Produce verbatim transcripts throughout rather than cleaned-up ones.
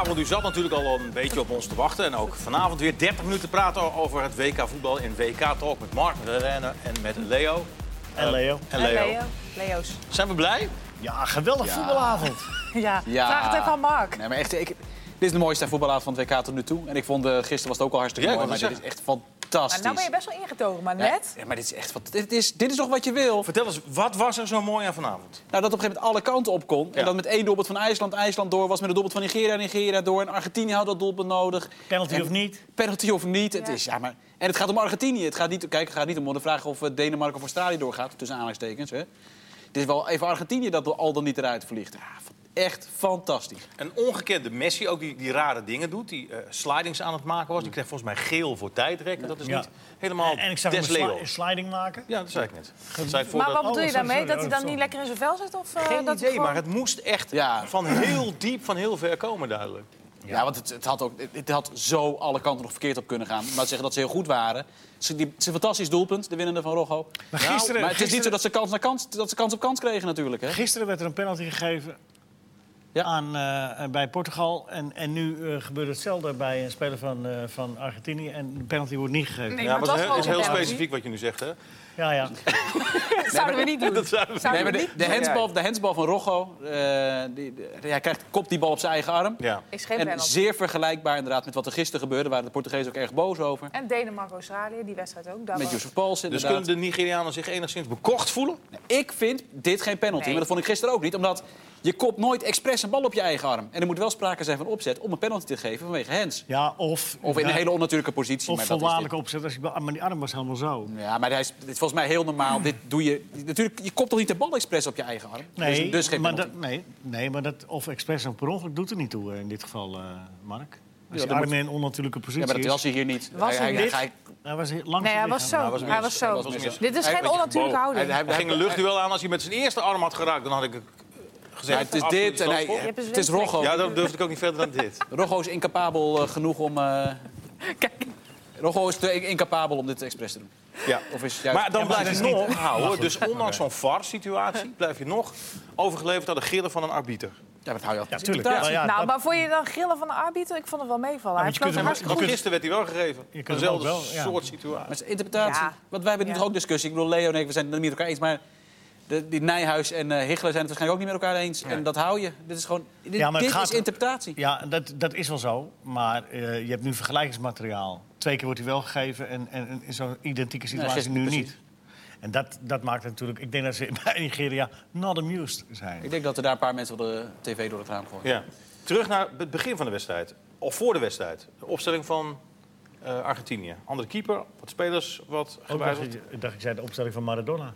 want u zat natuurlijk al een beetje op ons te wachten. En ook vanavond weer dertig minuten praten over het W K voetbal in W K-talk met Mark, met Renne en met Leo. En Leo. En Leo. En Leo. Leo's. Zijn we blij? Ja, geweldig Ja. voetbalavond. Ja, Ja. vraag het even aan Mark. Nee, maar echt, ik, dit is de mooiste voetbalavond van het W K tot nu toe. En ik vond, uh, gisteren was het ook al hartstikke Ja, ik mooi, maar wou dit is zeggen. echt fantastisch. Maar nou ben je best wel ingetogen, maar net... Ja, maar dit is echt wat, dit is, dit is toch wat je wil? Vertel eens, wat was er zo mooi aan vanavond? Nou, dat op een gegeven moment alle kanten op kon. Ja. En dat met één doelpunt van IJsland, IJsland door was. Met een doelpunt van Nigeria, Nigeria door. En Argentinië had dat doelpunt nodig. Penalty En- of niet? Penalty of niet. Het Ja. is, ja, maar, en het gaat om Argentinië. Het gaat niet, kijk, het gaat niet om de vraag of uh, Denemarken of Australië doorgaat. Tussen aanhalingstekens. Hè. Het is wel even Argentinië dat al dan niet eruit vliegt. Ja, echt fantastisch. Een ongekende Messi, ook die, die rare dingen doet. Die uh, slidings aan het maken was. Die kreeg volgens mij geel voor tijdrekken. Dat is Ja. niet helemaal En, en ik zag hem des een sli- Leo. een sliding maken. Ja, dat zei ik net. Dat zei ik voor Maar dat- wat bedoel je Oh, daarmee? sorry, Dat hij sorry. dan niet lekker in zijn vel zit? Of, uh, Geen dat idee, gewoon... maar het moest echt Ja. van heel diep, van heel ver komen duidelijk. Ja, want het, het, had ook, het, het had zo alle kanten nog verkeerd op kunnen gaan. Maar zeggen dat ze heel goed waren. Ze- die- Het is een fantastisch doelpunt, de winnende van Rojo. Maar Nou, gisteren, Maar het is niet zo gisteren, dat ze kans, na kans, dat ze kans op kans kregen natuurlijk. Hè? gisteren werd er een penalty gegeven Ja. aan, uh, bij Portugal. En, en nu uh, gebeurt hetzelfde bij een speler van, uh, van Argentinië. En de penalty wordt niet gegeven. Nee, Ja, maar maar het het was is gewoon heel een penalty. specifiek wat je nu zegt, hè? Ja, ja. Dat zouden we niet doen. Dat zouden we- Zouden Nee, maar we de, niet de, handsbal, de handsbal van Rojo, uh, die, de- hij krijgt, kopt die bal op zijn eigen arm. Ja. Is geen En penalty. zeer vergelijkbaar inderdaad met wat er gisteren gebeurde. Daar waren de Portugezen ook erg boos over. En Denemarken-Australië, die wedstrijd ook. Daar Met was- Jozef Paulsen Dus inderdaad. kunnen de Nigerianen zich enigszins bekocht voelen? Ik vind dit geen penalty, Nee. maar dat vond ik gisteren ook niet. Omdat je kopt nooit expres een bal op je eigen arm. En er moet wel sprake zijn van opzet om een penalty te geven vanwege hands. Ja, of, Of in een hele onnatuurlijke positie. of maar dat is voorwaardelijk opzet. Als je, maar die arm was helemaal zo. dit. Ja, maar hij is, dit is volgens mij heel normaal. Dit doe je, natuurlijk, je kopt toch niet de bal expres op je eigen arm? Nee, dus, dus geen maar penalty. dat, nee, nee, maar dat of expres of per ongeluk doet er niet toe uh, in dit geval, uh, Mark. Als Ja, je dat arm moet- in een onnatuurlijke positie Ja, maar dat is. was hij hier niet. Was hij hij, niet? hij, Hij was heel langs Nee, hij het was lichaam. zo. hij was Hij mis. was zo. Hij was mis. Dit is Hij- geen onnatuurlijke houding. hij- Er ging een luchtduel aan. Als hij met zijn eerste arm had geraakt, dan had ik gezegd... ja, het is absoluut dit en hij, strafschop. hebt dus het is winstrecht. Rojo. Ja, dan durfde ik ook niet verder dan dit. Rojo is incapabel uh, genoeg om... Uh, Kijk. Rojo is te incapabel om dit expres te doen. Ja. Of is het juist... Maar dan Ja, maar blijf je dat is nog niet- houden. Dus ondanks zo'n V A R-situatie blijf je nog overgeleverd aan de gillen van een arbiter. Ja, dat hou je altijd. Ja, tuurlijk. Ja, ja, nou, dat- maar vond je dan gillen van de arbiter? Ik vond het wel meevallen. Hij maar je kunt floot hem- hartstikke Want goed. gisteren werd hij wel gegeven. Je kunt hem ook Dezelfde wel, ja. soort situatie. Maar het is interpretatie. Ja. Want wij hebben nu Ja. toch ook discussie. Ik bedoel, Leo en ik, we zijn het niet met elkaar eens. Maar de, die Nijhuis en uh, Hichler zijn het waarschijnlijk ook niet met elkaar eens. Nee. En dat hou je. Dit is gewoon... Dit, Ja, maar het dit gaat- is interpretatie. Ja, dat, dat is wel zo. Maar uh, je hebt nu vergelijkingsmateriaal. Twee keer wordt hij wel gegeven en, en, en in zo'n identieke situatie gisteren nu precies. niet. En dat, dat maakt het natuurlijk... Ik denk dat ze bij Nigeria not amused zijn. Ik denk dat er daar een paar mensen wel de tv door het raam gooien. Ja. Terug naar het begin van de wedstrijd. Of voor de wedstrijd. De opstelling van uh, Argentinië. Andere keeper, wat spelers, wat Ook dacht gewijzigd. ik, ik dacht, ik zei de opstelling van Maradona.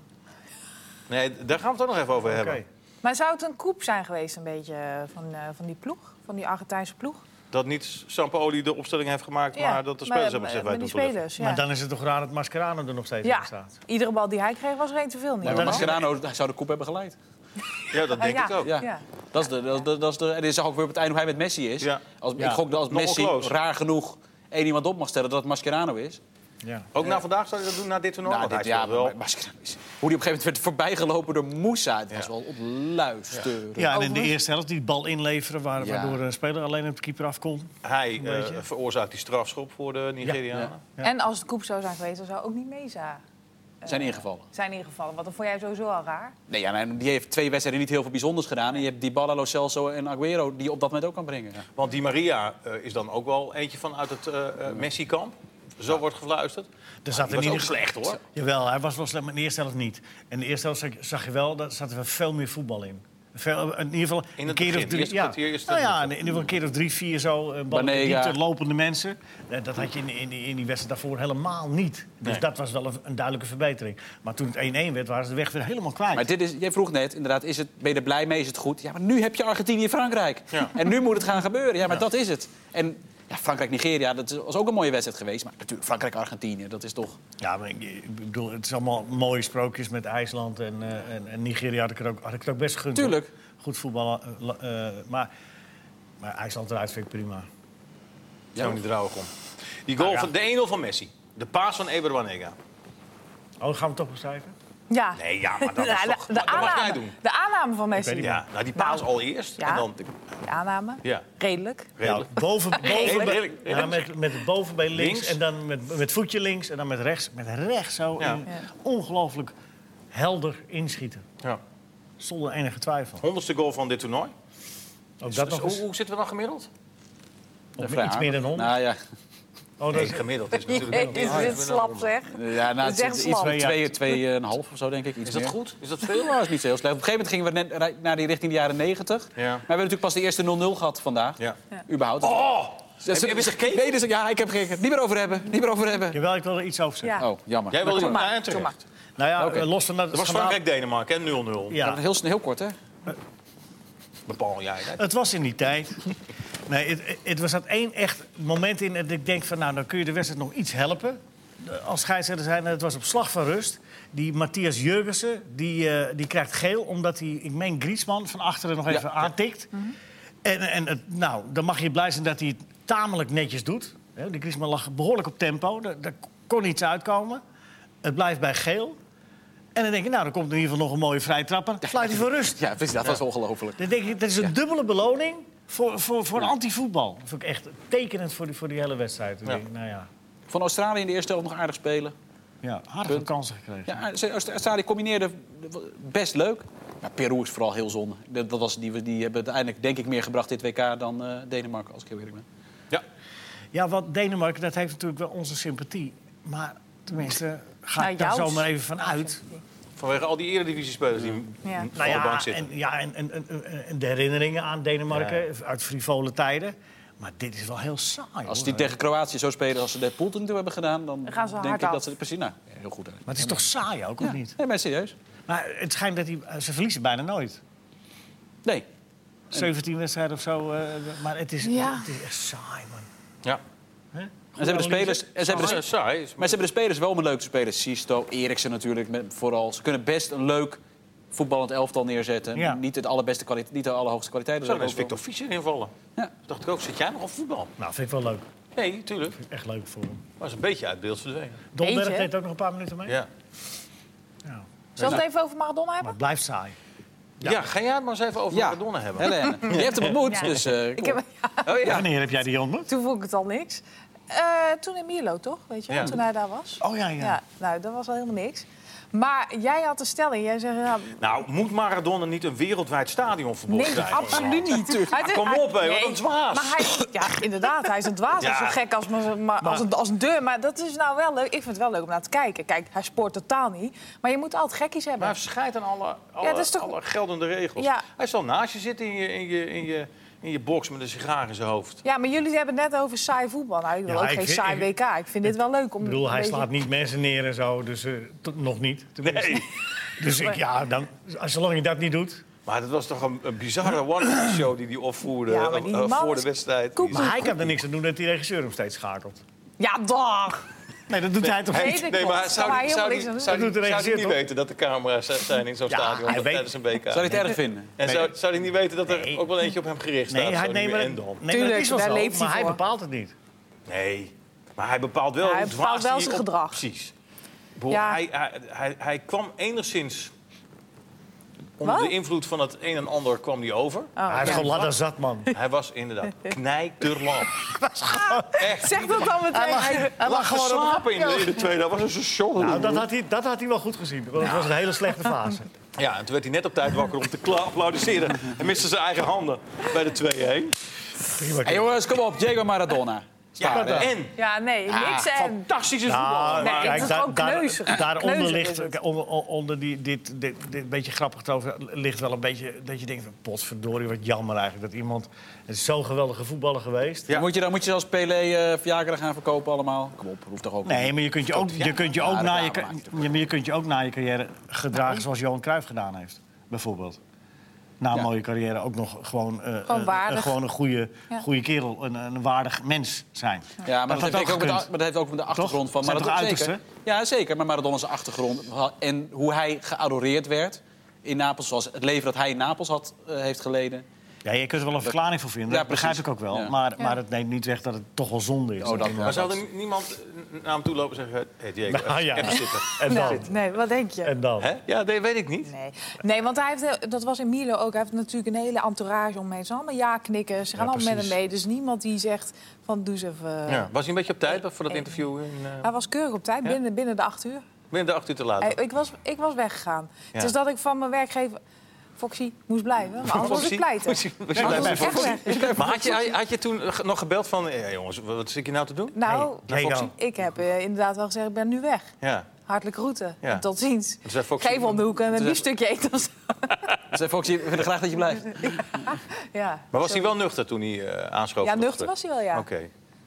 Nee, daar gaan we het ook nog even over Oké. hebben. Maar zou het een koep zijn geweest, een beetje, van, uh, van die ploeg? Van die Argentijnse ploeg? Dat niet Sampaoli de opstelling heeft gemaakt, Ja, maar dat de maar- spelers hebben gezegd, wij maar doen die het wel even. spelers, ja. Maar dan is het toch raar dat Mascherano er nog steeds Ja, in staat. iedere bal die hij kreeg was er één te veel. Niet Maar dat is- Mascherano zou de koep hebben geleid. Ja, dat denk ja. ik ook. Ja. Ja. Dat is de, dat, is de, dat is de, en je zag ook weer op het einde hoe hij met Messi is. Ja. Als, Ja. Ik gok dat als Nogal Messi close. raar genoeg één iemand op mag stellen dat het Mascherano is. Ja. Ook na vandaag zou je dat doen, na dit toernooi? Nou, Want dit, hij ja, speelt wel. maar Mascherano is, hoe die op een gegeven moment werd voorbijgelopen door Moussa. Het was Ja. wel op luisteren. Ja, en in de Overigens- eerste helft die bal inleveren... Waar, Ja. waardoor een speler alleen op de keeper afkomt. Hij Een uh, beetje. veroorzaakt die strafschop voor de Nigerianen. Ja, Ja. En als het koep zou zijn geweest, dan zou ook niet Meza uh, Zijn ingevallen. zijn ingevallen. Want dat vond jij sowieso al raar. Nee, ja, maar die heeft twee wedstrijden niet heel veel bijzonders gedaan. En je hebt Dybala, Lo Celso en Agüero die je op dat moment ook kan brengen. Ja. Want Di Maria uh, is dan ook wel eentje van uit het uh, uh, Messi-kamp. Zo wordt gefluisterd. Er zat Die was in ook ieder- slecht, hoor. Jawel, hij was wel slecht, maar in de eerste helft niet. En in de eerste helft zag, zag je wel, daar zat er veel meer voetbal in. Veel, in ieder geval In een het keer begin, of drie. eerste Ja, kwartier, eerste nou ja, in minuten. ieder geval een keer of drie, vier zo. Uh, ballen Banega. diepte, lopende mensen. Eh, Dat had je in, in, in die wedstrijd daarvoor helemaal niet. Dus Nee. dat was wel een, een duidelijke verbetering. Maar toen het één-één werd, waren ze de weg weer helemaal kwijt. Maar dit is, jij vroeg net, inderdaad, is het, ben je er blij mee, is het goed? Ja, maar nu heb je Argentinië-Frankrijk. Ja. En nu moet het gaan gebeuren. Ja, maar Ja. dat is het. En ja, Frankrijk-Nigeria, dat was ook een mooie wedstrijd geweest. Maar natuurlijk, Frankrijk-Argentinië, dat is toch... Ja, maar ik, ik bedoel, het is allemaal mooie sprookjes met IJsland en, uh, en, en Nigeria. Had ik, er ook, had ik het ook best gegund. Tuurlijk. hoor. Goed voetballen. Uh, uh, maar, maar IJsland eruit vind ik prima. Daar zijn we niet rouwig om. Die goal Ah, ja. van de één nul van Messi. De paas van Eber Banega. Oh, gaan we toch beschrijven? Ja. Nee, ja, maar dat is Ja, toch... de, dat de mag jij aanname, doen. de aanname van Messi. Ja, nou die paas Nou, al eerst. ja. En dan... De aanname, Ja, redelijk. redelijk. Ja, boven, boven, Redelijk. Redelijk, ja, redelijk. met, met het bovenbeen links, Links. en dan met, met voetje links en dan met rechts. Met rechts zo Ja. in- Ja. ongelooflijk helder inschieten. Ja. Zonder enige twijfel. Honderdste goal van dit toernooi. Ook dat Dus nog eens. hoe, hoe zitten we dan gemiddeld? Of Vrij iets meer dan honderd. Nou ja, Oh, dat Nee, is, gemiddeld is natuurlijk... Jezus, Ja, dit ik ben slap dan zeg. ja nou, Dat is echt iets slap. van twee, twee en een half of zo, denk ik. Iets Is dat meer. goed? Is dat veel? Ja, dat is niet zo heel slecht. Op een gegeven moment gingen we net naar die richting de jaren negentig. Maar we hebben natuurlijk pas de eerste nul nul gehad vandaag. Ja. Überhaupt. Oh! Dus- Heb je eens gekeken? Nee, dus, ja, ik heb gekeken. Niet meer over hebben. Niet meer over hebben. jawel, ik wil er iets over zeggen. Ja. Oh, jammer. Jij wilde Doe niet maar, naar doe maar. terecht. Nou ja, Oké. los van dat... Dat was schandaal- Frankrijk-Denemarken, hè? nul nul. Ja, Heel, heel kort, hè? Bepaal jij dat? het was in die tijd. Nee, het, het was dat één echt moment in dat ik denk van... nou, dan kun je de wedstrijd nog iets helpen. Als scheidsrechter zijn, het was op slag van rust. Die Matthias Jurgensen, die, eh, die krijgt geel... omdat hij, ik meen, Griezmann van achteren nog even Ja. aantikt. En, en het, nou, dan mag je blij zijn dat hij het tamelijk netjes doet. Hè, die Griezmann lag behoorlijk op tempo. Daar, daar kon iets uitkomen. Het blijft bij geel. En dan denk ik, nou, dan komt in ieder geval nog een mooie vrije trap. Dan fluit hij voor rust. Ja, precies. Dat was ongelooflijk. Dan denk ik, dat is een dubbele beloning voor, voor, voor anti-voetbal. Dat vind ik echt tekenend voor die, voor die hele wedstrijd. Dan Ja. denk ik, nou ja, Van Australië in de eerste helft nog aardig spelen. ja aardige Punt. kansen gekregen. Ja, Australië combineerde best leuk. Maar Peru is vooral heel zonde. Dat was, die, die hebben uiteindelijk, denk ik, meer gebracht dit W K dan uh, Denemarken, als ik heel eerlijk ben. Ja. Ja, wat Denemarken, dat heeft natuurlijk wel onze sympathie. Maar tenminste, ga Nou, ik daar jouw zomaar even van uit. Vanwege al die eredivisiespelers die Ja. op Nou de ja, bank zitten. en, ja en, en, en, en de herinneringen aan Denemarken uit frivole tijden. Maar dit is wel heel saai. Als hoor. die tegen Kroatië zo spelen als ze de pool tot nu toe hebben gedaan... dan Dan gaan ze denk hard ik af. dat ze... Precies, nou, heel goed. Maar het is toch saai ook, of Ja. niet? Nee, maar serieus. Maar het schijnt dat die, ze verliezen bijna nooit. Nee. zeventien wedstrijden of zo. eh, maar het is, Ja. het is echt saai, man. Ja. Hè? En ze hebben de spelers... En ze hebben de, Ja, saai. maar ze hebben de spelers wel om leuk te spelen. Sisto, Eriksen natuurlijk, met, vooral. Ze kunnen best een leuk voetballend elftal neerzetten. Ja. Niet, het allerbeste kwaliteit, niet de allerhoogste kwaliteit. Zou er dat eens is ook Victor Fischer invallen? Ja. Toen dacht ik ook, zit jij nog op voetbal? Nou, vind ik wel leuk. Nee, tuurlijk. Echt leuk voor hem. Maar is een beetje uit beeld verdwenen. Dolberg Eentje, hè? deed ook nog een paar minuten mee. Ja. Ja. Zullen we het even over Maradona Maar hebben? het blijft saai. Ja. ga jij het maar eens even over Ja. Maradona hebben. Helene, je hebt hem ontmoet, Ja. dus... eh, Ik kom. heb, ja, Oh ja. Wanneer heb jij die ontmoet? toen vond ik het al niks. Eh, toen in Mierlo, toch? Weet je wel, Ja. toen hij daar was. Oh ja, ja. Ja, nou, dat was al helemaal niks. Maar jij had een stelling. Jij zegt, ja, Nou, moet Maradona niet een wereldwijd stadionverbod nee, krijgen? absoluut niet. Hij- kom hij- op, hé, wat nee, een dwaas. Maar hij, ja, inderdaad, hij is een dwaas. Hij is Ja. zo gek als, maar, maar, als, een, als een deur. Maar dat is nou wel leuk. Ik vind het wel leuk om naar te kijken. Kijk, hij sport totaal niet. Maar je moet altijd gekkies hebben. Maar hij scheidt aan alle, alle, Ja, dat is toch- alle geldende regels. Ja. Hij zal naast je zitten in je, in, je, in, je, in je box met een sigaar in zijn hoofd. Ja, maar jullie hebben het net over saai voetbal. Nou, ik wil Ja, ook ik geen vind- saai ik- W K. Ik vind dit wel leuk om... Ik bedoel, een hij beetje- slaat niet mensen neer en zo, dus eh, tot- nog niet. tenminste. Nee. Dus ik, ja, dan, als, zolang je dat niet doet. Maar dat was toch een, een bizarre one-show die hij opvoerde Ja, maar die eh, man voor is de wedstrijd. koek- Maar hij kan er niks aan doen dat die regisseur hem steeds schakelt. Ja, dag! Nee, dat doet hij toch Nee, niet? dat Nee, klopt. maar Daar zou kan hij hij zou helemaal die- niks zou aan doen. die- Dat doet de zou die niet regisseur, weten dat de camera's zijn in zo'n Ja, stadion hij weet- tijdens een W K? Zou hij het erg vinden? En zou, zou hij niet weten dat er Nee. ook wel eentje op hem gericht staat? Nee, hij, zo nee, nu maar, en nee, dan? maar Tuurlijk, dat is wel daar zo, leeft hij maar hij voor. bepaalt het niet. Nee, maar hij bepaalt wel Hij hoe bepaalt dwaas wel hij zijn op- gedrag. Precies. Ik bedoel, Ja. Hij, hij, hij, hij kwam enigszins onder Wat? de invloed van het een en ander kwam hij over. Oh, hij heeft ja. gewoon ladder zat, man. Hij was inderdaad knijterlam. Echt. Zeg dat dan meteen. Hij Hij lag gewoon op- geslapen in de, in de tweede. Dat was een soort show. Nou, dat had, hij, dat had hij wel goed gezien. Want het was een hele slechte fase. Ja, en toen werd hij net op tijd wakker om te kla- applaudisseren. Hij miste zijn eigen handen bij de twee-een. Prima. Hey, jongens, kom op. Diego Maradona. Ja, Spaar, hè? en Ja, nee, niks en... fantastische Nou, voetbal. Nee, Maar- het is daar- gewoon daar- kneuzig. Daaronder Kneuzig ligt, is het. onder, onder die, dit, dit, dit beetje grappig erover, ligt wel een beetje dat je denkt van potverdorie, wat jammer eigenlijk. Dat iemand, het is zo'n geweldige voetballer geweest. Ja. Moet je dan moet je zelfs Pelé, eh Viagra gaan verkopen allemaal? Kom op, hoeft toch ook Nee, niet? maar je kunt je ook, je kunt je Ja, ook, na, je, reclame maakt ja, maar je kunt je ook na je carrière gedragen zoals Johan Cruijff gedaan heeft, bijvoorbeeld. Na een Ja. mooie carrière ook nog gewoon, eh, Gewoon eh, waardig. eh, gewoon een goede, Ja. goede kerel, een, een waardig mens zijn. Ja, maar dat, had heeft ook met de, gekund. maar dat heeft ook met de achtergrond van Zijn toch Maradona. uiterste? Zeker. Ja, zeker. Maar Maradona's achtergrond en hoe hij geadoreerd werd in Napels, zoals het leven dat hij in Napels had, eh, heeft geleden. Ja, je kunt er wel een verklaring voor vinden, Ja, dat begrijp precies. ik ook wel. Ja. Maar, Ja. maar het neemt niet weg dat het toch wel zonde is. Oh, dat- Maar zou er niemand naar hem toe lopen en zeggen... Hé, Diego, Nou, even, ja. even zitten. En dan? Nee, nee, wat denk je? En dan? Hè? Ja, dat weet ik niet. Nee. nee, want hij heeft, heel- dat was in Milo ook. Hij heeft natuurlijk een hele entourage omheen. Ze zijn allemaal ja-knikken. Ze gaan Ja, allemaal met precies. hem mee. Dus niemand die zegt van doe eens even... Ja. Was hij een beetje op tijd voor dat eh, interview? In, uh, Hij was keurig op tijd, Ja? binnen, binnen de acht uur. binnen de acht uur te laat. Hij- ik, was, ik was weggegaan. Ja. Dus dat ik van mijn werkgever... Foxy moest blijven, maar anders was ik pleiten. Was je- was je Anders blij was ik bij echt weg. Maar had je, had je toen nog gebeld van... Ja, jongens, wat zit je nou te doen? Nou, Hey, Foxy? Diego. ik heb eh, inderdaad wel gezegd, ik ben nu weg. Ja. Hartelijk groeten. Ja. Tot ziens. Toen zei Foxy- Geef om de hoek en een Toen biefstukje eten of zo. Zei Foxy, we willen graag dat je blijft. Ja, Maar was zo. hij wel nuchter toen hij uh, aanschoof? Ja, voor dat nuchter was gesprek? hij wel, ja. Oké.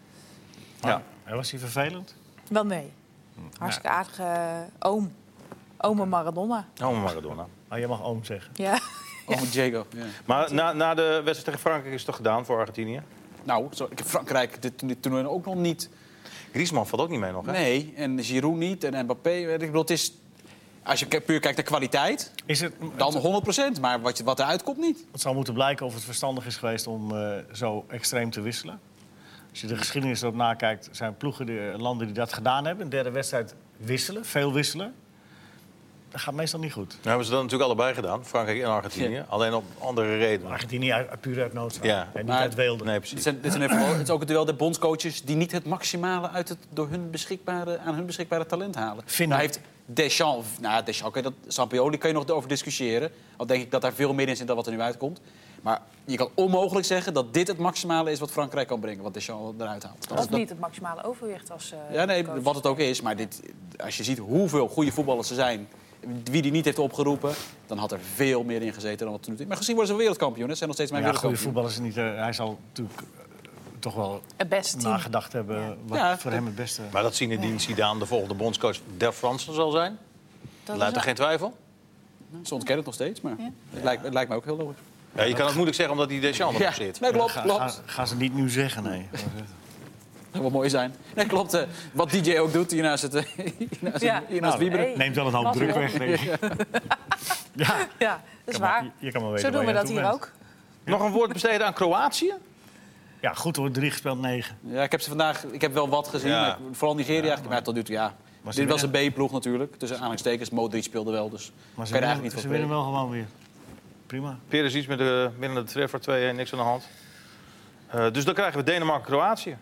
Ja. En was hij vervelend? Wel nee. Hartstikke aardige eh, oom. Ome Maradona. Oh, Maradona. Oh, je mag oom zeggen. Ja. Oh, Diego. Ja. Maar na, na de wedstrijd tegen Frankrijk is het toch gedaan voor Argentinië? Nou, zo, ik heb Frankrijk dit, dit toernooi ook nog niet. Griezmann valt ook niet mee nog, hè? Nee, en Giroud niet en Mbappé. Weet ik bedoel, het is, als je puur kijkt naar kwaliteit, Is het, dan honderd procent. Maar wat, je- wat eruit komt, niet. het zal moeten blijken of het verstandig is geweest om eh, zo extreem te wisselen. Als je de geschiedenis erop nakijkt, zijn ploegen, die, landen die dat gedaan hebben. Een derde wedstrijd wisselen, veel wisselen. Dat gaat meestal niet goed. Nou hebben ze dat natuurlijk allebei gedaan, Frankrijk en Argentinië. Ja. Alleen op andere redenen. Argentinië uit, uit- puur uit noodzaak. Ja. En niet Maar- uit weelde. Nee, Het, precies. zijn, dit zijn even, het is ook het duel de bondscoaches die niet het maximale uit het door hun beschikbare, aan hun beschikbare talent halen. Vinden- Nou heeft Deschamps, nou Deschamps, kan je dat, Sampaoli kan je nog over discussiëren. Al denk ik dat daar veel meer in zit dan wat er nu uitkomt. Maar je kan onmogelijk zeggen dat dit het maximale is wat Frankrijk kan brengen, wat Deschamps eruit haalt. Dat is niet het maximale overwicht als eh, Ja, nee, coach. wat het ook is. Maar dit, als je ziet hoeveel goede voetballers er zijn, wie die niet heeft opgeroepen, dan had er veel meer in gezeten dan wat er nu is. Maar gezien worden ze wereldkampioen, hè. Ze zijn nog steeds mijn ja, goede wereldkampioen. voetballers is niet. eh, hij zal natuurlijk eh, toch wel Het beste team. nagedacht hebben Ja. wat Ja, voor dat- hem het beste. Maar dat Zinedine Zidane de volgende bondscoach der Fransen zal zijn? Dat Laat is er geen twijfel. Ze ontkennen het nog steeds, maar het, lijkt, het lijkt me ook heel logisch. Ja, je kan het moeilijk zeggen omdat hij Deschamps erop Ja, zit. nee, klopt, Ga, klopt. ga, ga ze niet nu zeggen, nee. Dat zou wel mooi zijn. Nee, klopt. eh, wat D J ook doet hier naast het, eh, hier naast, Ja. hier naast Nou, Wieberen. Hey. Neemt wel een hoop Mazzel. druk weg, denk ik. Ja, Ja, dat is kan maar- waar. je kan maar weten Zo doen waar we je dat aan hier toe ook. Nog een woord besteden aan Kroatië? ja, goed hoor, drie gespeeld, negen. Ja, ik heb ze vandaag, ik heb wel wat gezien. Ja. maar ik- vooral Nigeria, maar, tot nu toe, ja. Maar ze Dit was een winnen- B-ploeg natuurlijk. Tussen aanhalingstekens, Modric speelde wel, dus Maar kan ze je er winnen, eigenlijk niet ze van winnen spreken. wel gewoon weer. Prima. Perisic met de, binnen de treffer twee-een, niks aan de hand. Uh, dus dan krijgen we Denemarken-Kroatië.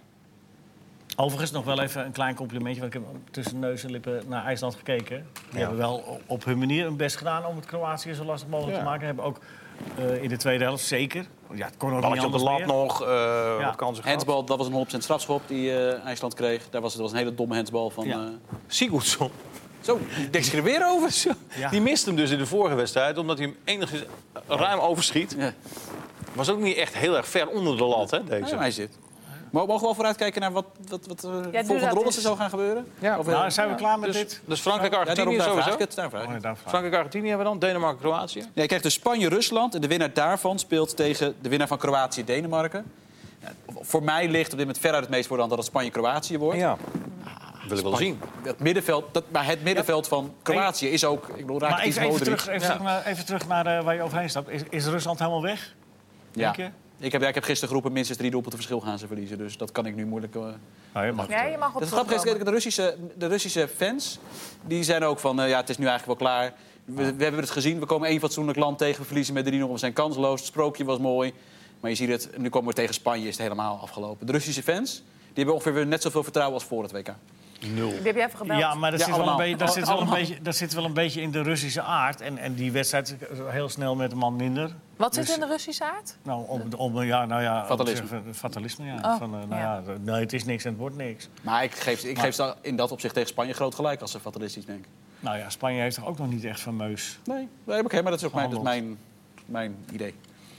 Overigens nog wel even een klein complimentje. Want ik heb tussen neus en lippen naar IJsland gekeken. Die Ja. hebben wel op hun manier hun best gedaan om het Kroatië zo lastig mogelijk Ja. te maken. Hebben ook eh, in de tweede helft zeker. Ja, het kon ook niet Balletje op de anders lat meer. nog, uh, wat kansen gehad. Handsbal, dat was een honderd procent strafschop die eh, IJsland kreeg. Daar was, dat was een hele domme handsbal van... Ja. eh, Sigurdsson. Zo, denk je er weer over? Zo. Ja. Die mist hem dus in de vorige wedstrijd, omdat hij hem enigszins ruim overschiet. Ja. Was ook niet echt heel erg ver onder de lat, hè, deze. Ja, hij zit. Maar mogen we wel vooruitkijken naar wat, wat, wat uh, doe volgende dat rondes eens. er zou gaan gebeuren? Ja. Of, eh, Nou, zijn we klaar met Dus, dit? dus ja, Frankrijk-Argentinië daarom, daar vraag sowieso. ik het, daar vraag ik Oh, het. nee, daar vraag ik. Frankrijk-Argentinië hebben we dan, Denemarken-Kroatië. Ja, je krijgt dus Spanje-Rusland en de winnaar daarvan speelt tegen de winnaar van Kroatië-Denemarken. Ja, voor mij ligt op dit moment veruit het meest voor de hand dat het Spanje-Kroatië wordt. Ja. Wil ik wel zien. Het middenveld, dat, maar het middenveld van Kroatië is ook... Ik bedoel, Maar Rakitic, even, even, Modric. terug, even, Ja. terug naar, even terug naar eh, waar je overheen stapt. Is, is Rusland helemaal weg? Ja. Denk je? Ik heb, ja, ik heb gisteren geroepen, minstens drie doelpunten verschil gaan ze verliezen. Dus dat kan ik nu moeilijk... uh, Nou, je mag Ja, je mag op Het grappige is, kijk, de Russische, de Russische fans die zijn ook van... eh, ja, het is nu eigenlijk wel klaar. We, we hebben het gezien, we komen één fatsoenlijk land tegen. We verliezen met drie nul, we zijn kansloos. Het sprookje was mooi. Maar je ziet het, nu komen we tegen Spanje, is het helemaal afgelopen. De Russische fans die hebben ongeveer weer net zoveel vertrouwen als voor het W K. Nul. Die heb je even gebeld. Ja, maar dat, Ja, zit wel, een allemaal. beetje, dat, zit wel een Allemaal. beetje, dat zit wel een beetje in de Russische aard. En, en die wedstrijd is heel snel met een man minder. Wat zit Dus- in de Russische aard? Nou, om, om, ja, nou ja, om te Fatalisme. zeggen, fatalisme, ja. Oh, Van, eh, nou ja. ja. nee, het is niks en het wordt niks. Maar ik geef, ik geef ze in dat opzicht tegen Spanje groot gelijk als ze fatalistisch denken. Nou ja, Spanje heeft toch ook nog niet echt fameus. Nee, nee oké, maar dat is ook mijn, dat is Gehandeld. mijn, mijn idee.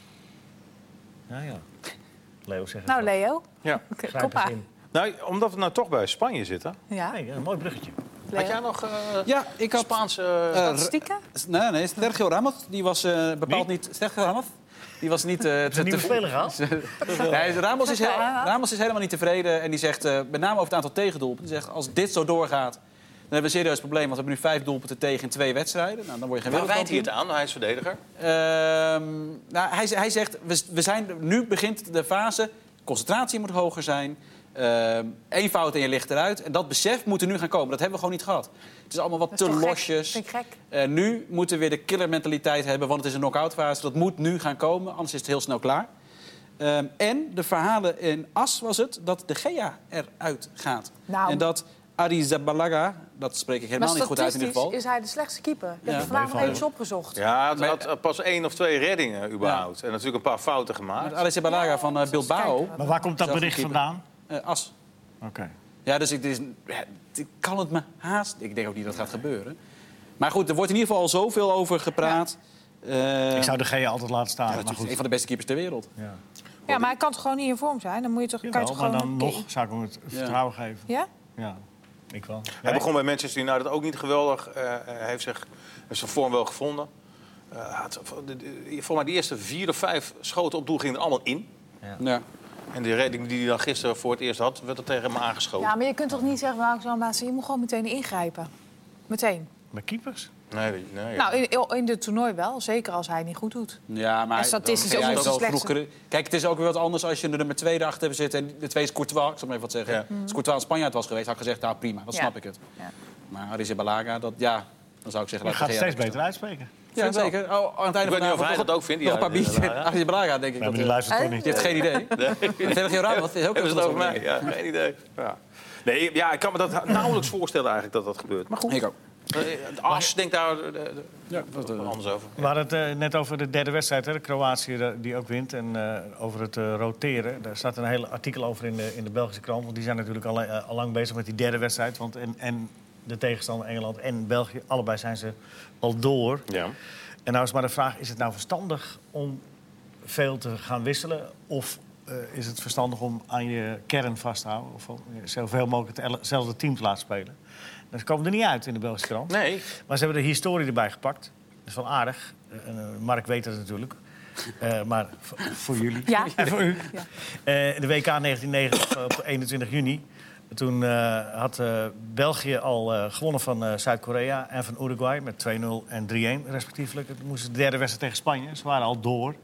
Ja, ja. Leo zegt Nou, Leo, Ja. kom maar. Nou, omdat we nou toch bij Spanje zitten. Ja, Nee, een mooi bruggetje. Had jij nog uh, Ja, ik had... Spaanse... eh, statistieken? Nee, nee, Sergio Ramos, die was eh, bepaald Wie? niet... Sergio Ramos? Die was niet... eh, Is een nieuwe speler gehaald? Nee, Ramos, is heel- Ja. Ramos is helemaal niet tevreden. En die zegt, eh, met name over het aantal tegendoelpunten... die zegt, als dit zo doorgaat, hebben we een serieus probleem. Want we hebben nu vijf doelpunten tegen in twee wedstrijden. Nou, dan word je geen Waar wijt hij wereldkampioen. het aan? Hij is verdediger. Ehm, nou, hij, hij zegt, we, we zijn, nu begint de fase, concentratie moet hoger zijn. Eén fout en je ligt eruit. En dat besef moet er nu gaan komen. Dat hebben we gewoon niet gehad. Het is allemaal wat Dat te is toch gek? losjes. Vind ik gek. Uh, nu moeten we weer de killermentaliteit hebben, want het is een knock-out fase. Dat moet nu gaan komen, anders is het heel snel klaar. Um, en de verhalen in As was het dat de Gea eruit gaat. Nou. En dat Arrizabalaga, dat spreek ik helemaal niet goed uit in ieder geval. Is hij de slechtste keeper? Ik heb Ja. het vanavond Nee, even opgezocht. Ja, het Maar- had pas één of twee reddingen überhaupt. Ja. En natuurlijk een paar fouten gemaakt. Arrizabalaga van uh, Bilbao, kijken. Maar waar komt dat Zelf bericht een keeper. vandaan? uh, As. Oké. Ja, dus ik, dus, ja, ik kan het me haast... Ik denk ook niet dat het gaat gebeuren. Maar goed, er wordt in ieder geval al zoveel over gepraat. Uh, Ik zou de G altijd laten staan. ja, maar natuurlijk goed. een van de beste keepers ter wereld. Ja. Ja, maar hij kan toch gewoon niet in vorm zijn? Dan moet je toch, kan je Jawel, toch maar gewoon... dan nog zou ik hem het vertrouwen geven. Ja? Ja, ik wel. Hij Jij? begon bij Manchester United ook niet geweldig. Uh, hij heeft, zich, heeft zijn vorm wel gevonden. Uh, had, de, de, volgens mij de eerste vier of vijf schoten op doel gingen er allemaal in. Ja. En die redding die hij dan gisteren voor het eerst had, werd er tegen hem aangeschoten. Ja, maar je kunt toch niet zeggen, nou, zo, maar je moet gewoon meteen ingrijpen. Meteen. Met keepers? Nee, nee, ja. Nou, in, in dit toernooi wel. Zeker als hij het niet goed doet. Ja, maar En statistisch dan- ook ja, niet hij de heeft wel slechtste. genoeg kere- Kijk, het is ook weer wat anders als je er nummer twee erachter hebt zitten. En de twee is Courtois, ik zal maar even wat zeggen. Ja. Als Courtois een Spanjaard was geweest, had ik gezegd, nou prima, dan Ja. snap ik het. Ja. Maar Arrizabalaga, dat ja, dan zou ik zeggen... Je laat gaat de het Gea steeds er beter uitspreken. Ja, Vind ik zeker. Oh, aan het einde Ik weet niet van of de hij avond dat ook vindt. nog een paar biertjes. Arrizabalaga. Arrizabalaga, denk ik. Nee, maar dat, die eh, luistert toch Hè? niet. je hebt geen idee. Nee. Verder geen raar, wat heel Hebben ze het over mij? mij. Ja, geen idee. Ja. Nee, ja, ik kan me dat nauwelijks voorstellen eigenlijk dat dat gebeurt. Maar goed, Ik ook. uh, As denkt daar uh, uh, Ja, dat, uh, anders over. We hadden het uh, net over de derde wedstrijd, hè, de Kroatië uh, die ook wint. En uh, over het uh, roteren. Daar staat een hele artikel over in de, in de Belgische krant. Want die zijn natuurlijk al, uh, al lang bezig met die derde wedstrijd. Want en, en de tegenstander Engeland en België, allebei zijn ze al door. Ja. En nou is maar de vraag, is het nou verstandig om veel te gaan wisselen? Of uh, is het verstandig om aan je kern vast te houden? Of om zoveel mogelijk hetzelfde team te laten spelen? Dat komen er niet uit in de Belgische krant. Nee, Maar ze hebben de historie erbij gepakt. Dat is wel aardig. Uh, Mark weet dat natuurlijk. Uh, maar voor, voor jullie. Ja. En voor u. Ja. Uh, de W K negentien negentig op eenentwintig juni. Toen uh, had uh, België al uh, gewonnen van uh, Zuid-Korea en van Uruguay met twee nul en drie-een respectievelijk. Toen moesten de derde wedstrijd tegen Spanje. Ze waren al door.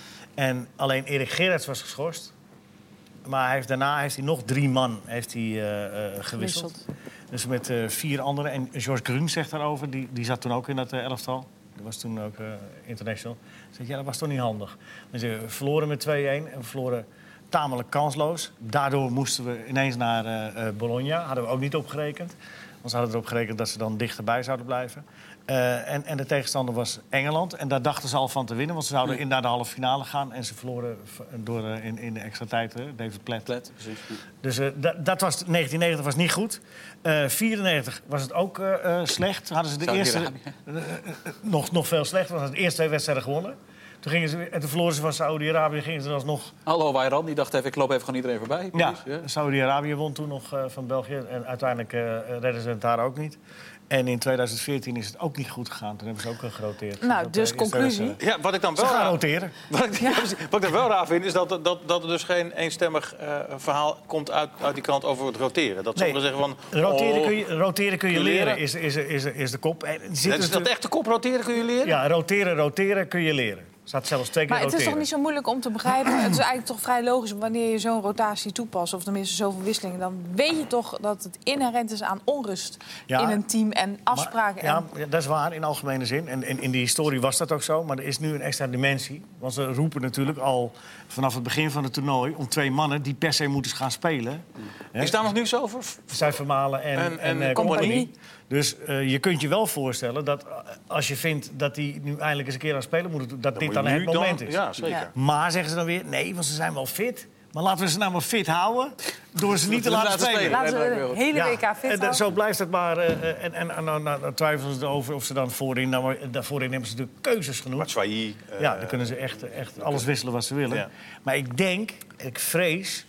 En alleen Erik Gerrits was geschorst. Maar hij heeft, daarna heeft hij nog drie man heeft hij, uh, uh, gewisseld. Gewisseld. Dus met uh, vier anderen. En George Grun zegt daarover, die, die zat toen ook in dat uh, elftal. Die was toen ook uh, international. Hij zegt, ja, dat was toch niet handig. Dus we verloren met twee-een en we verloren tamelijk kansloos. Daardoor moesten we ineens naar uh, uh, Bologna. Hadden we ook niet opgerekend. Want ze hadden erop gerekend dat ze dan dichterbij zouden blijven. Uh, en, en de tegenstander was Engeland. En daar dachten ze al van te winnen. Want ze zouden Ja. in naar de halve finale gaan. En ze verloren v- door, uh, in, in de extra tijd, uh, David Platt. Plet, precies. Dus uh, da- dat was negentien negentig was niet goed. Uh, vierennegentig was het ook uh, uh, slecht. Hadden ze de eerste Saudi-Arabië. uh, uh, uh, nog, nog veel slechter. Want ze hadden de eerste twee wedstrijden gewonnen. Toen gingen ze weer- en toen verloren ze van Saudi-Arabië. Gingen ze alsnog. Hallo Wajran, die dacht even, ik loop even gewoon iedereen voorbij. Ja, Precies, Saudi-Arabië won toen nog uh, van België. En uiteindelijk uh, redden ze het daar ook niet. En in tweeduizend veertien is het ook niet goed gegaan. Toen hebben ze ook geroteerd. Nou, Dat, dus uh, conclusie? is, uh, ja, wat ik dan Ze wel gaan raar, roteren. wat ik, ja, precies. Wat ik dan wel raar vind, is dat, dat, dat er dus geen eenstemmig uh, verhaal komt uit, uit die kant over het roteren. Dat Nee, sommigen zeggen van... Roteren oh, kun je, roteren kun je leren. leren, is, is, is, is de kop. En er zit Net is dat natuurlijk- echt de kop roteren kun je leren? Ja, roteren, roteren kun je leren. Er staat zelfs twee keer Maar het is roteren. toch niet zo moeilijk om te begrijpen? Het is eigenlijk toch vrij logisch wanneer je zo'n rotatie toepast, of tenminste zoveel wisselingen, dan weet je toch dat het inherent is aan onrust Ja, in een team en afspraken. Maar, en... ja, dat is waar in algemene zin. En in, in die historie was dat ook zo. Maar er is nu een extra dimensie. Want ze roepen natuurlijk al vanaf het begin van het toernooi om twee mannen die per se moeten gaan spelen. Hè? Is daar nog nieuws over? Zijn Vermalen en, En- en, en eh, Compagnie. Compagnie. Dus uh, je kunt je wel voorstellen dat uh, als je vindt dat die nu eindelijk eens een keer aan spelen moeten doen, dat dit moet dan je het nu moment is. Ja, zeker. Ja. Maar zeggen ze dan weer, nee, want ze zijn wel fit. Maar laten we ze nou maar fit houden door ze niet te Laten laten ze spelen. spelen. Laten we de hele W K fit en, houden. dan- zo blijft het maar. uh, uh, en en, en dan, dan, dan twijfelen ze erover of ze dan voorin... Nou, maar, uh, voorin hebben ze natuurlijk keuzes genoeg. Batshuayi, uh, Ja, dan kunnen ze echt, echt alles wisselen wat ze willen. Ja. Maar ik denk, ik vrees...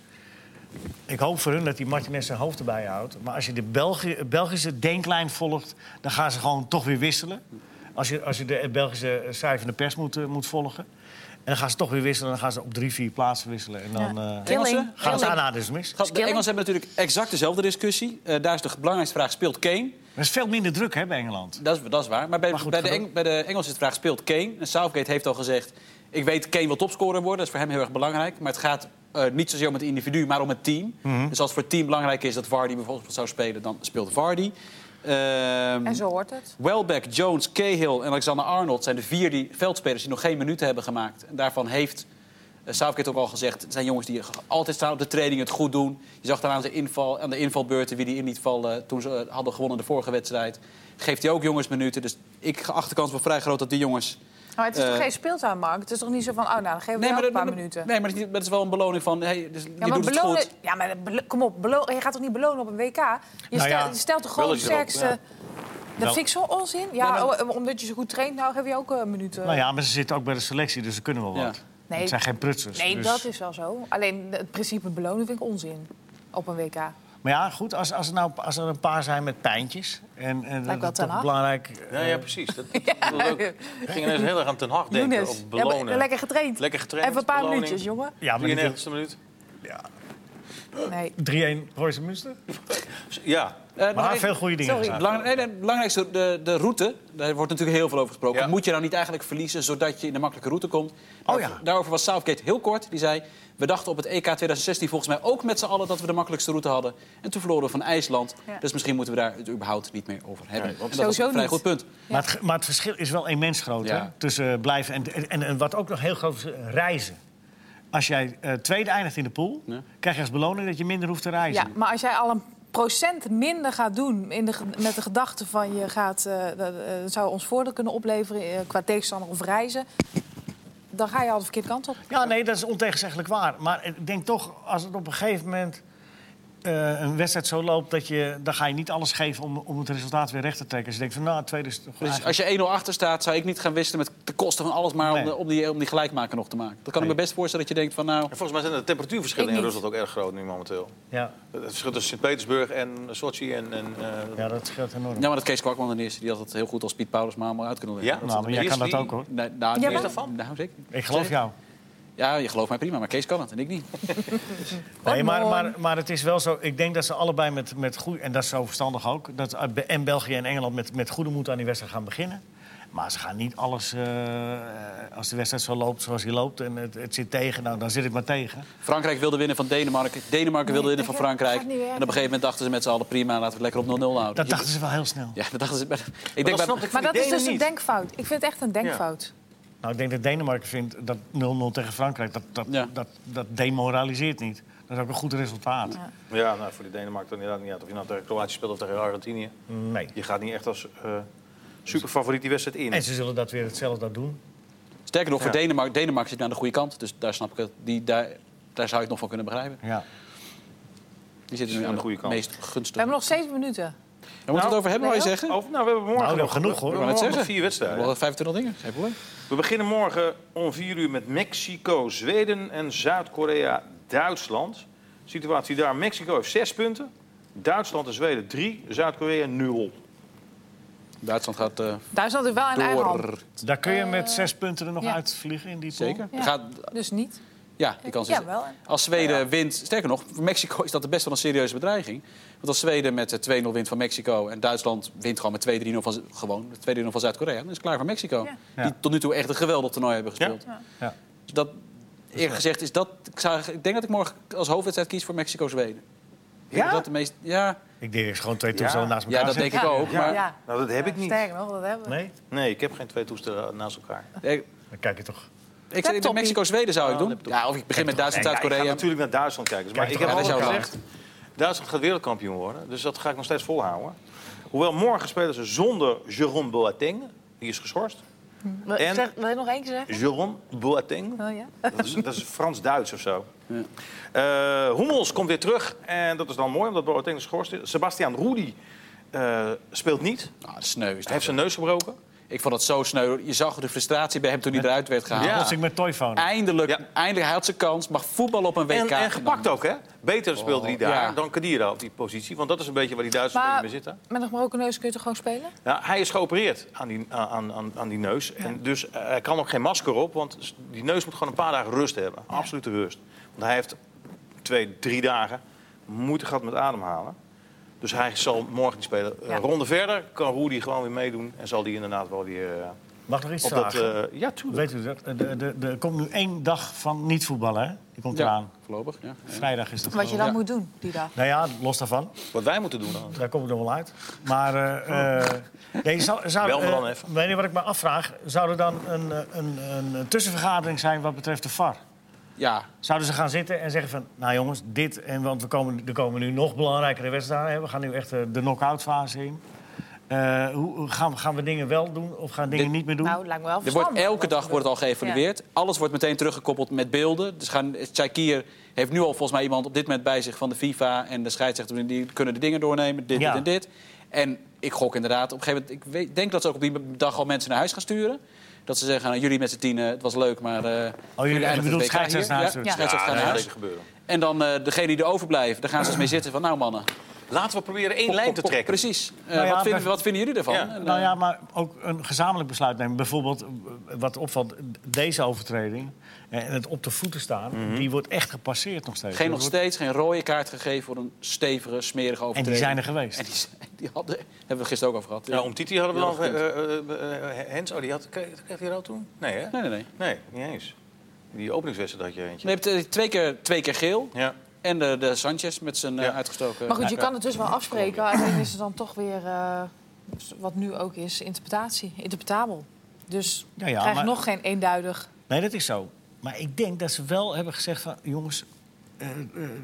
Ik hoop voor hun dat die Martinez zijn hoofd erbij houdt. Maar als je de Belgi- Belgische denklijn volgt, dan gaan ze gewoon toch weer wisselen. Als je, als je de Belgische schrijvende pers moet, uh, moet volgen. En dan gaan ze toch weer wisselen. Dan gaan ze op drie, vier plaatsen wisselen. En dan Ja. uh, Killing. gaan ze Killing. daarna dus mis. De Engelsen hebben natuurlijk exact dezelfde discussie. Uh, daar is de belangrijkste vraag, speelt Kane? Er is veel minder druk hè, bij Engeland. Dat is, dat is waar. Maar bij, Maar goed, bij, de, gedaan. Eng, bij de Engelsen is de vraag, speelt Kane? En Southgate heeft al gezegd... Ik weet, Kane wil topscorer worden. Dat is voor hem heel erg belangrijk. Maar het gaat uh, niet zozeer om het individu, maar om het team. Mm-hmm. Dus als het voor het team belangrijk is dat Vardy bijvoorbeeld zou spelen... dan speelt Vardy. Ehm, En zo hoort het. Welbeck, Jones, Cahill en Alexander-Arnold zijn de vier die veldspelers die nog geen minuten hebben gemaakt. En daarvan heeft uh, Southgate ook al gezegd... het zijn jongens die altijd staan op de training, het goed doen. Je zag dan aan de, inval, aan de invalbeurten wie die in niet vallen... toen ze uh, hadden gewonnen de vorige wedstrijd. Geeft hij ook jongens minuten. Dus ik acht de kans wel vrij groot dat die jongens... Maar het is toch Uh, geen speeltuin, Mark? Het is toch niet zo van, oh, nou, dan geven we jou maar een paar dat- minuten. Nee, maar het is, niet- het is wel een beloning van... Hey, dus je Ja, maar doet het belonen, goed. ja, maar belo- kom op, belo- je gaat toch niet belonen op een W K? Je, Nou stel- ja, je stelt toch gewoon wel de is erop, sterkste... ja. Dat Wel- vind ik zo onzin. Ja, Nee, maar- oh, omdat je zo goed traint, nou geef je ook een minuut. Nou ja, maar ze zitten ook bij de selectie, dus ze kunnen wel Ja. wat. Nee. Het zijn geen prutsers. Nee, dus- dat is wel zo. Alleen het principe belonen vind ik onzin op een W K. Maar ja, goed, als, als, er nou, als er een paar zijn met pijntjes... en, en wel dat is Ten toch Hag. belangrijk... Ja, eh, ja, precies. Dat, dat is leuk. Ik ging ineens heel erg aan Ten Hag denken. Younes. Op Ja, belonen. maar lekker getraind. Lekker getraind. Even een paar beloning. minuutjes, jongen. Ja, maar die- drieënnegentigste minuut. Nee. drie-een Royce Münster. Ja. Uh, nog Maar even- veel goede dingen Sorry. gezegd. Belang, nee, nee, het belangrijkste, de, de route. Daar wordt natuurlijk heel veel over gesproken. Ja. Moet je nou niet eigenlijk verliezen zodat je in de makkelijke route komt? Oh ja. Daar- Daarover was Southgate heel kort. Die zei, we dachten op het E K twintig zestien volgens mij ook met z'n allen... dat we de makkelijkste route hadden. En toen verloren we van IJsland. Ja. Dus misschien moeten we daar het überhaupt niet meer over hebben. Nee, want En dat was sowieso een vrij niet. goed punt. Maar, het, ge- maar het verschil is wel immens groot hè, Ja. tussen eh, blijven en, en, en wat ook nog heel groot is, eh, reizen. Als jij eh, tweede eindigt in de pool, Ja. krijg je als beloning dat je minder hoeft te reizen. Ja, maar als jij al een procent minder gaat doen in de, ge- met de gedachte van je gaat, eh, dat eh, dat zou ons voordeel kunnen opleveren eh, qua tegenstander of reizen, dan ga je al de verkeerde kant op. Ja, nee, dat is ontegenzeggelijk waar. Maar ik denk toch, als het op een gegeven moment eh, een wedstrijd zo loopt... Dat je, dan ga je niet alles geven om, om het resultaat weer recht te trekken. Als je denkt van, nou, het tweede is toch Dus eigenlijk- als je één nul achter staat, zou ik niet gaan wisselen met de kosten van alles... maar om, Nee. de- om, die, om die gelijkmaker nog te maken. Dat kan ik Nee. me best voorstellen dat je denkt van nou... En volgens mij zijn de temperatuurverschillen Ik in niet. Rusland ook erg groot nu momenteel. Ja, Het verschil tussen Sint-Petersburg en Sochi en... en eh, ja, dat scheelt enorm. Ja, maar dat Kees Kwakman er is, die had het heel goed als Piet Paulus maar allemaal uit kunnen leggen. Ja? Dat- Nou, maar jij Wie is kan dat die? ook, hoor. Nee, nou, Ja, nee, maar- dat- nou, zeker. Ik geloof jou. Ja, je gelooft mij prima, maar Kees kan het en ik niet. Nee, maar, mooi. maar, maar het is wel zo. Ik denk dat ze allebei met, met goed. En dat is zo verstandig ook. Dat en België en Engeland met, met goede moed aan die wedstrijd gaan beginnen. Maar ze gaan niet alles. eh, als de wedstrijd zo loopt zoals die loopt. En het, het zit tegen, nou, dan zit het maar tegen. Frankrijk wilde winnen van Denemarken. Denemarken wilde Nee, winnen van dat gaat Frankrijk. niet werken. En op een gegeven moment dachten ze met z'n allen prima, laten we het lekker op nul nul houden. Dat Je- dachten ze wel heel snel. Ja, dat dachten ze. Ik maar denk dat bij- snap ik Maar van dat die is dus Denen een niet. denkfout. Ik vind het echt een denkfout. Nou, ik denk dat Denemarken vindt dat nul nul tegen Frankrijk. Dat, dat, Ja. dat, dat demoraliseert niet. Dat is ook een goed resultaat. Ja. Ja, nou, voor de Denemarken dan inderdaad niet uit. Of je nou tegen Kroatië speelt of tegen Argentinië. Nee. Je gaat niet echt als uh, superfavoriet die wedstrijd in. En ze zullen dat weer hetzelfde doen. Sterker nog, voor Ja. Denemarken, Denemarken zit aan de goede kant. Dus daar snap ik het. Die, daar, daar zou ik het nog van kunnen begrijpen. Ja. Die zitten Aan nu aan de de goede kant. meest We gunstige. hebben nog zeven minuten. Daar moeten we het over hebben, nee, wou je hoor. zeggen? Over, nou, we hebben morgen Nou, nog genoeg, hoor. We Ik wou hebben net morgen nog zeggen. vier wedstrijden. Wel vijfentwintig dingen, geen probleem. We beginnen morgen om vier uur met Mexico, Zweden en Zuid-Korea, Duitsland. Situatie daar, Mexico heeft zes punten. Duitsland en Zweden drie, Zuid-Korea nul. Duitsland gaat uh, Duitsland is wel in eigen hand. door. Daar kun je met zes punten er nog ja. uitvliegen in die pool. Zeker. Ja. Gaat, Dus niet. ja, die kans is Ja, wel. Als Zweden wint, sterker nog, voor Mexico is dat best wel een serieuze bedreiging. Want als Zweden met eh, twee nul wint van Mexico en Duitsland wint gewoon met twee drie nul van, gewoon, met twee drie nul van Zuid-Korea, dan is het klaar voor Mexico. Ja. Ja. Die tot nu toe echt een geweldig toernooi hebben gespeeld. Ja. Ja. Dus dat, eerlijk gezegd, is dat, ik, zou, ik denk dat ik morgen als hoofdwedstrijd kies voor Mexico-Zweden. Ik denk Ja? dat de meest, ja, Ik denk dat je gewoon twee toestellen naast elkaar ja, dat zet. denk ik ook. Ja. Maar Ja. Nou, dat heb ik niet. Sterker nog, dat hebben we. Nee? Nee, ik heb geen twee toestellen naast elkaar. ik, Dan kijk je toch. ik zeg, Laptop Mexico-Zweden zou ik Oh, doen. laptop. Ja, of ik begin met Duitsland, Ja, ik ga Zuid-Korea. natuurlijk naar Duitsland kijken. Maar Kijk ik toch, heb ja, dat al is jouw gezegd, Duitsland gaat wereldkampioen worden. Dus dat ga ik nog steeds volhouden. Hoewel morgen spelen ze zonder Jérôme Boateng. Die is geschorst. En- Zeg, wil je nog één keer zeggen? Jérôme Boateng. Oh, ja. Dat is, dat is Frans-Duits of zo. Ja. Eh, Hummels komt weer terug. En dat is dan mooi, omdat Boateng geschorst is. Sebastian Rudy eh, speelt niet. Ah, sneu is Hij dat. heeft zijn neus gebroken. Ik vond het zo sneu. Je zag de frustratie bij hem toen hij eruit werd gehaald. Ja. Als ik met Toyphone. Eindelijk, Ja. eindelijk, hij had zijn kans. Mag voetbal op een W K. En, en gepakt ook, hè? Beter speelde hij daar ja. dan Kadira op die positie. Want dat is een beetje waar die Duitsers Maar- een beetje mee zitten. Met een gebroken neus kun je toch gewoon spelen? Ja, hij is geopereerd aan die, aan, aan, aan die neus. En dus eh, hij kan ook geen masker op. Want die neus moet gewoon een paar dagen rust hebben. Absolute rust. Want hij heeft twee, drie dagen moeite gehad met ademhalen. Dus hij zal morgen niet spelen. Uh, Ja. Ronde verder kan Rudy gewoon weer meedoen. En zal die inderdaad wel weer... Uh, Mag nog iets op dat, vragen? uh, ja, tuurlijk. Weet u dat? Er de, de, er komt nu één dag van niet voetballen, hè? Die komt Ja, eraan. voorlopig. Ja. Vrijdag is dat. Wat je dan Ja. moet doen die dag. Nou ja, los daarvan. Wat wij moeten doen dan. Daar kom ik nog wel uit. Maar uh, uh, nee, zou, zou, Bel me dan uh, even. weet je wat ik me afvraag? Zou er dan een, een, een tussenvergadering zijn wat betreft de V A R? Ja, Zouden ze gaan zitten en zeggen van... nou jongens, dit, en want we komen, er komen nu nog belangrijkere wedstrijden. Hè? We gaan nu echt uh, de knock-out fase in. Uh, hoe hoe gaan, we, gaan we dingen wel doen of gaan dingen Dit- niet meer doen? Nou, het lijkt me wel er wordt, verstandig elke dat dag het wordt het al geëvalueerd. Alles wordt meteen teruggekoppeld met beelden. Dus gaan, Tchaikier heeft nu al volgens mij iemand op dit moment bij zich van de FIFA... en de scheidsrechter, die kunnen de dingen doornemen, dit, Ja. dit en dit. En ik gok inderdaad, op een gegeven moment... ik weet, denk dat ze ook op die dag al mensen naar huis gaan sturen. Dat ze zeggen, nou, jullie met z'n tienen, het was leuk, maar... Uh, Oh, jullie eindigen bedoelt het W K hier. scheidsrechters naar huis Ja, sturen. scheidsrechters Ja, gaan dat naar gaat huis. zeker gebeuren. En dan uh, degenen die overblijven, daar gaan ze eens mee zitten van... nou mannen, Laten we proberen één pop, lijn pop, te pop, trekken. precies. Uh, Nou ja, wat, vinden, bij- wat vinden jullie ervan? Ja. En, uh, Nou ja, maar ook een gezamenlijk besluit nemen. Bijvoorbeeld, uh, wat opvalt, deze overtreding... en het op de voeten staan, Mhm. die wordt echt gepasseerd nog steeds. Geen Dat nog wordt- steeds geen rode kaart gegeven voor een stevige, smerige En overtreding. die zijn er geweest. En die, zijn- die hadden, hebben we gisteren ook over gehad. Ja, om Titi hadden we Ja, nog... dat Uh, uh, uh, Hens, oh, die had... Kreeg kreeg hij rood toen? Nee, hè? Nee, nee, nee. Nee, niet eens. Die openingswedstrijd had je eentje. Je hebt uh, twee keer, twee keer geel. Ja. En de, de Sanchez met zijn uh, Ja. uitgestoken... Maar goed, je Ja. kan het dus wel afspreken. Alleen is het dan toch weer, uh, wat nu ook is, interpretatie. Interpretabel. Dus Ja, ja, krijg je maar- nog geen eenduidig... Nee, dat is zo. Maar ik denk dat ze wel hebben gezegd van... jongens, uh, uh, uh,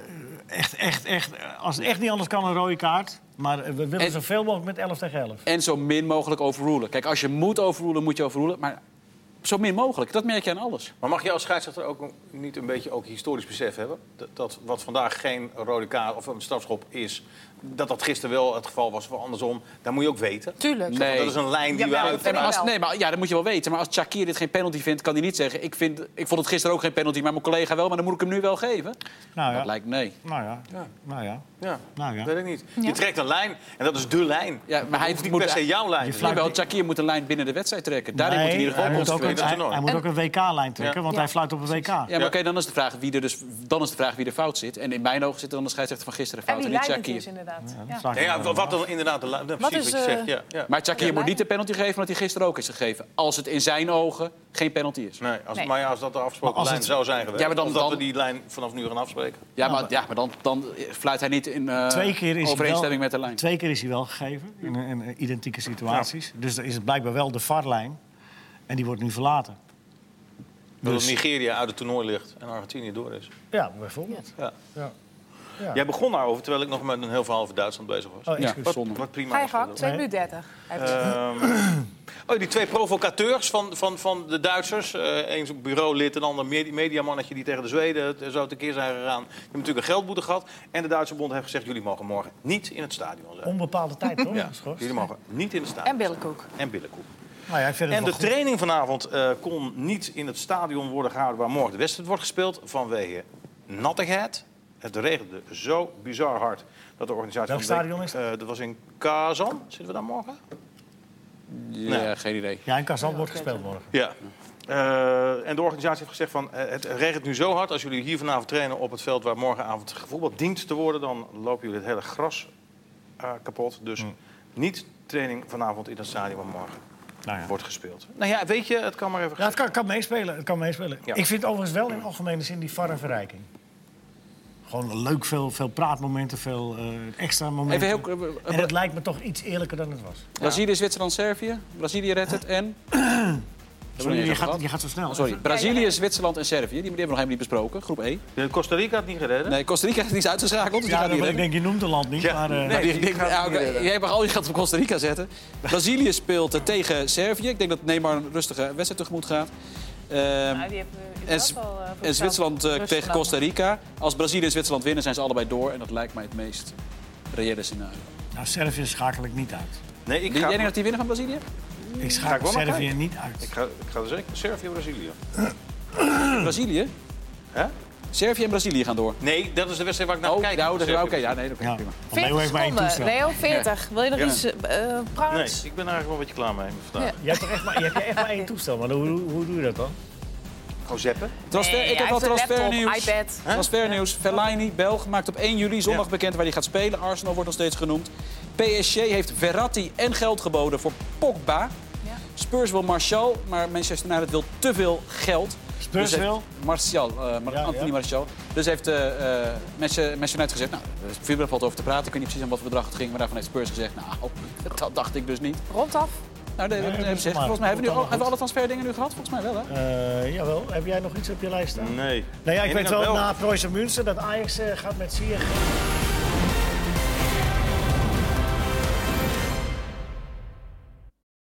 echt, echt, echt... als het echt niet anders kan, een rode kaart. Maar uh, we willen En- zoveel mogelijk met elf tegen elf. En zo min mogelijk overrulen. Kijk, als je moet overrulen, moet je overrulen. Maar zo min mogelijk, dat merk je aan alles. Maar mag je als scheidsrechter ook niet een beetje ook historisch besef hebben? Dat, dat wat vandaag geen rode kaart of een strafschop is... dat dat gisteren wel het geval was of andersom. Dat moet je ook weten. Tuurlijk. Nee. Dat is een lijn die Ja, we maar- uit... Nee, maar als, wel. nee, maar ja, dat moet je wel weten. Maar als Tchaikier dit geen penalty vindt, kan hij niet zeggen... Ik, vind, ik vond het gisteren ook geen penalty, maar mijn collega wel... maar dan moet ik hem nu wel geven. Nou Dat ja, lijkt nee. nou ja, Ja. nou ja. Ja, Nou ja. weet ik niet. Ja. Je trekt een lijn en dat is dé lijn. Ja, maar hij hoeft niet moet- per se jouw lijn. Je te fluit- zijn. Jawel, Tchaikier moet een lijn binnen de wedstrijd trekken. Daarin Nee, moet hij in ieder hij geval moet ook een, consequent dat is hij, enorm. hij moet ook een W K-lijn trekken, Ja. want Ja. hij fluit op een W K. Ja, maar Ja. oké, dan is de vraag wie er dus dan is de vraag wie er fout zit. En in mijn ogen zit er dan de scheidsrechter van gisteren En fout wie en niet leidend Tchaikier. is, inderdaad. Ja, Ja. dat vraag ik Ja, me ja, wel wat af. dan inderdaad, de, la- precies is, wat je eh, zegt. Ja, ja. Maar Tchaikier Ja. moet niet de penalty geven omdat hij gisteren ook is gegeven. Als het in zijn ogen geen penalty is. Nee, als, Nee. Maar ja, als dat de afgesproken Maar als lijn het- zou zijn geweest... Ja, maar dan- of dat dan- we die lijn vanaf nu gaan afspreken. Ja, Nou, maar, ja, maar dan, dan fluit hij niet in uh, Twee keer is hij overeenstemming wel- met de lijn. Twee keer is hij wel gegeven, in, in identieke situaties. Dus er is het blijkbaar wel de V A R-lijn. En die wordt nu verlaten. Dat Dus- Nigeria uit het toernooi ligt en Argentinië door is. Ja, bijvoorbeeld. Ja. Ja. Ja. Jij begon daarover terwijl ik nog met een heel verhaal over Duitsland bezig was. Oh, Ja, excuus. Wat, zonde. wat prima Ga je is. gang? twee Nee. minuten dertig. Ehm, oh, die twee provocateurs van, van, van de Duitsers. Uh, Eén een bureaulid, een ander med- mediamannetje die tegen de Zweden t- zo tekeer zijn gegaan. Die hebben natuurlijk een geldboete gehad. En de Duitse bond heeft gezegd, jullie mogen morgen niet in het stadion zijn. Onbepaalde tijd, toch? Ja, Geschorst? jullie mogen niet in het stadion En billenkoek. zijn. En billenkoek. Nou ja, ik vind het En wel de goed. training vanavond eh, kon niet in het stadion worden gehouden waar morgen de wedstrijd wordt gespeeld. Vanwege nattigheid. Het regende zo bizar hard dat de organisatie... Welk van de- stadion is dat? eh, dat was in Kazan. Zitten we daar morgen? Ja, Nee. geen idee. Ja, in Kazan wordt oké, gespeeld zo. morgen. Ja. Eh, en de organisatie heeft gezegd van eh, het regent nu zo hard. Als jullie hier vanavond trainen op het veld waar morgenavond gevoetbald dient te worden, dan lopen jullie het hele gras eh, kapot. Dus Hmm. niet training vanavond in het stadion waar morgen Nou ja. wordt gespeeld. Nou ja, weet je, het kan maar even. Ja, het kan, kan meespelen. Het kan meespelen. Ja. Ik vind overigens wel in algemene zin die V A R een verrijking. Gewoon leuk, veel, veel praatmomenten, veel eh, extra momenten. Even heel, uh, En het lijkt me toch iets eerlijker dan het was. Brazilië, Zwitserland, Servië. Brazilië redt het en... Sorry, niet je eens gaat, gehad. je gaat zo snel. Oh, sorry. Brazilië, Zwitserland en Servië. Die, die hebben we nog helemaal niet besproken. Groep E. De Costa Rica had niet gereden. Nee, Costa Rica is niet uitgeschakeld, dus die Ja, gaat niet ik redden. denk, je noemt een land niet, Ja, maar... eh, nee. Maar die- die- gaat ja, het oké, niet redden. jij mag al je geld op Costa Rica zetten. Brazilië speelt eh, tegen Servië. Ik denk dat Neymar een rustige wedstrijd tegemoet gaat. Ehm, Nou, die hebben en, S- en Zwitserland eh, tegen Costa Rica. Als Brazilië en Zwitserland winnen, zijn ze allebei door. En dat lijkt mij het meest reële scenario. Nou, Servië schakel ik niet uit. Nee, ik Jij ga, denkt dat die winnen van Brazilië? Ik Ga ik schakel wel naar Servië kijken. niet uit. ik ga, ik ga er zeker Servië Brazilië. Brazilië? Hè? Servië en Brazilië gaan door. Nee, dat is de wedstrijd waar ik naar Oh, kijk. nou, dat is Servië. oké. Ja, nee, oké, Ja. prima. Want Leo veertig heeft mij één seconden. toestel. Leo, veertig. Wil je nog Ja. iets uh, praten? Nee, ik ben er eigenlijk wel een beetje klaar mee vandaag. Ja. Je hebt toch echt maar, je hebt echt maar één toestel, maar hoe, hoe, hoe doe je dat dan? Gewoon zeppen. Transfer, Nee, ik heb hij wel heeft een laptop, transfernieuws. iPad. Transfernieuws. Fellaini, Belg, maakt op één juli zondag Ja. bekend waar hij gaat spelen. Arsenal wordt nog steeds genoemd. P S G heeft Verratti en geld geboden voor Pogba. Ja. Spurs wil Martial, maar Manchester United wil te veel geld. Spurs heeft wil? Martial, uh, Mar- Ja, Anthony ja. Martial. Dus heeft uh, uh, Manchester Manchester United gezegd, nou, er is veel valt over te praten. Ik weet niet precies aan wat voor bedrag het ging, maar daarvan heeft Spurs gezegd, nou, dat dacht ik dus niet. Rondaf. Nou, de, Nee, hebben dat ze is volgens mij maar. hebben we, nu, Komt al- hebben we allemaal alle transferdingen nu gehad? Volgens mij wel, hè? Uh, jawel, heb jij nog iets op je lijst staan? Nee. Nou ja, ik Eén weet ding wel nog na Preußen Münster dat Ajax uh, gaat met Ziyech.